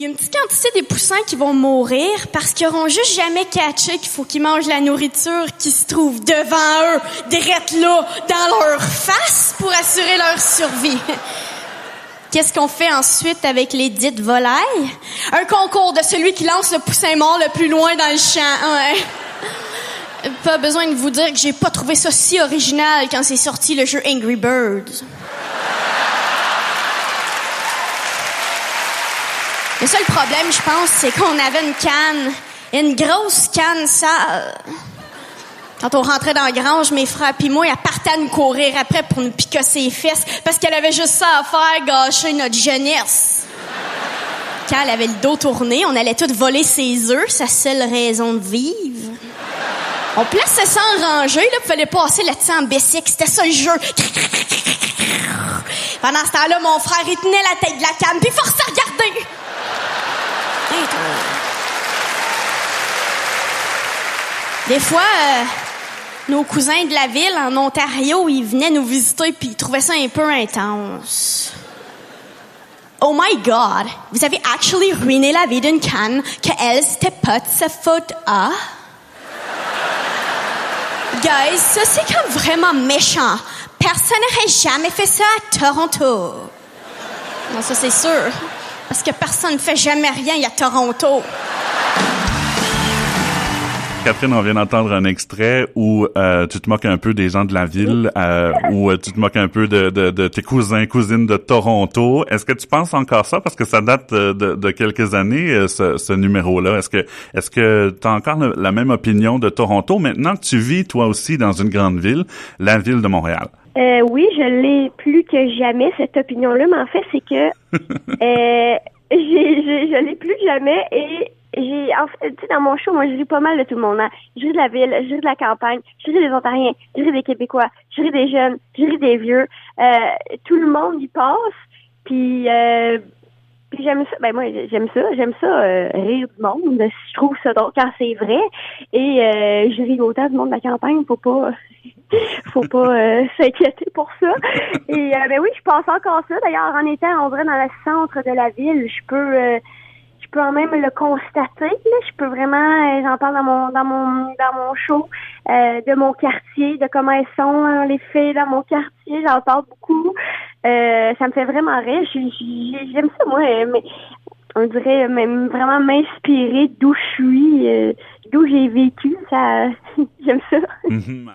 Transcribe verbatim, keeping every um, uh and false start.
Il y a une petite quantité des poussins qui vont mourir parce qu'ils auront juste jamais catché qu'il faut qu'ils mangent la nourriture qui se trouve devant eux, direct là, dans leur face pour assurer leur survie. Qu'est-ce qu'on fait ensuite avec les dites volailles? Un concours de celui qui lance le poussin mort le plus loin dans le champ. Ouais. Pas besoin de vous dire que j'ai pas trouvé ça si original quand c'est sorti le jeu Angry Birds. Le seul problème, je pense, c'est qu'on avait une canne, une grosse canne sale. Quand on rentrait dans la grange, mes frères pis moi, elle partait à nous courir après pour nous picasser les fesses parce qu'elle avait juste ça à faire, gâcher notre jeunesse. Quand elle avait le dos tourné, on allait toutes voler ses œufs, sa seule raison de vivre. On plaçait ça en rangée, là, il fallait passer là-dessus en bicycle, c'était ça le jeu. Pendant ce temps-là, mon frère, il tenait la tête de la canne, puis force à regarder. Des fois, euh, nos cousins de la ville, en Ontario, ils venaient nous visiter puis ils trouvaient ça un peu intense. Oh my God, vous avez actually ruiné la vie d'une canne que elle, c'était pas de sa faute, ah? Guys, ça c'est comme vraiment méchant. Personne n'aurait jamais fait ça à Toronto. Non, ça c'est sûr. Parce que personne ne fait jamais rien à Toronto. Catherine, on vient d'entendre un extrait où euh, tu te moques un peu des gens de la ville, euh, où euh, tu te moques un peu de, de, de tes cousins, cousines de Toronto. Est-ce que tu penses encore ça? Parce que ça date de, de quelques années, ce, ce numéro-là. Est-ce que est-ce que tu as encore le, la même opinion de Toronto maintenant que tu vis toi aussi dans une grande ville, la ville de Montréal? Euh, oui, je l'ai plus que jamais, cette opinion-là, mais en fait, c'est que euh, j'ai, j'ai, je l'ai plus que jamais et j'ai, en fait, tu sais, dans mon show, moi, je ris pas mal de tout le monde. Hein. Je ris de la ville, je ris de la campagne, je ris des Ontariens, je ris des Québécois, je ris des jeunes, je ris des vieux. Euh, tout le monde y passe, puis... Euh, Puis j'aime ça, ben moi j'aime ça, j'aime ça euh, rire du monde. Je trouve ça drôle quand c'est vrai. Et euh, je ris autant du monde de la campagne, faut pas faut pas euh, s'inquiéter pour ça. Et euh, ben oui, je pense encore ça. D'ailleurs, en étant on dirait dans le centre de la ville, je peux euh, je peux en même le constater. Là. Je peux vraiment euh, j'en parle dans mon dans mon dans mon show, euh, de mon quartier, de comment elles sont hein, les filles dans mon quartier, j'en parle beaucoup. Euh, ça me fait vraiment rire. J'aime ça, moi, mais on dirait même vraiment m'inspirer d'où je suis, euh, d'où j'ai vécu. Ça, j'aime ça.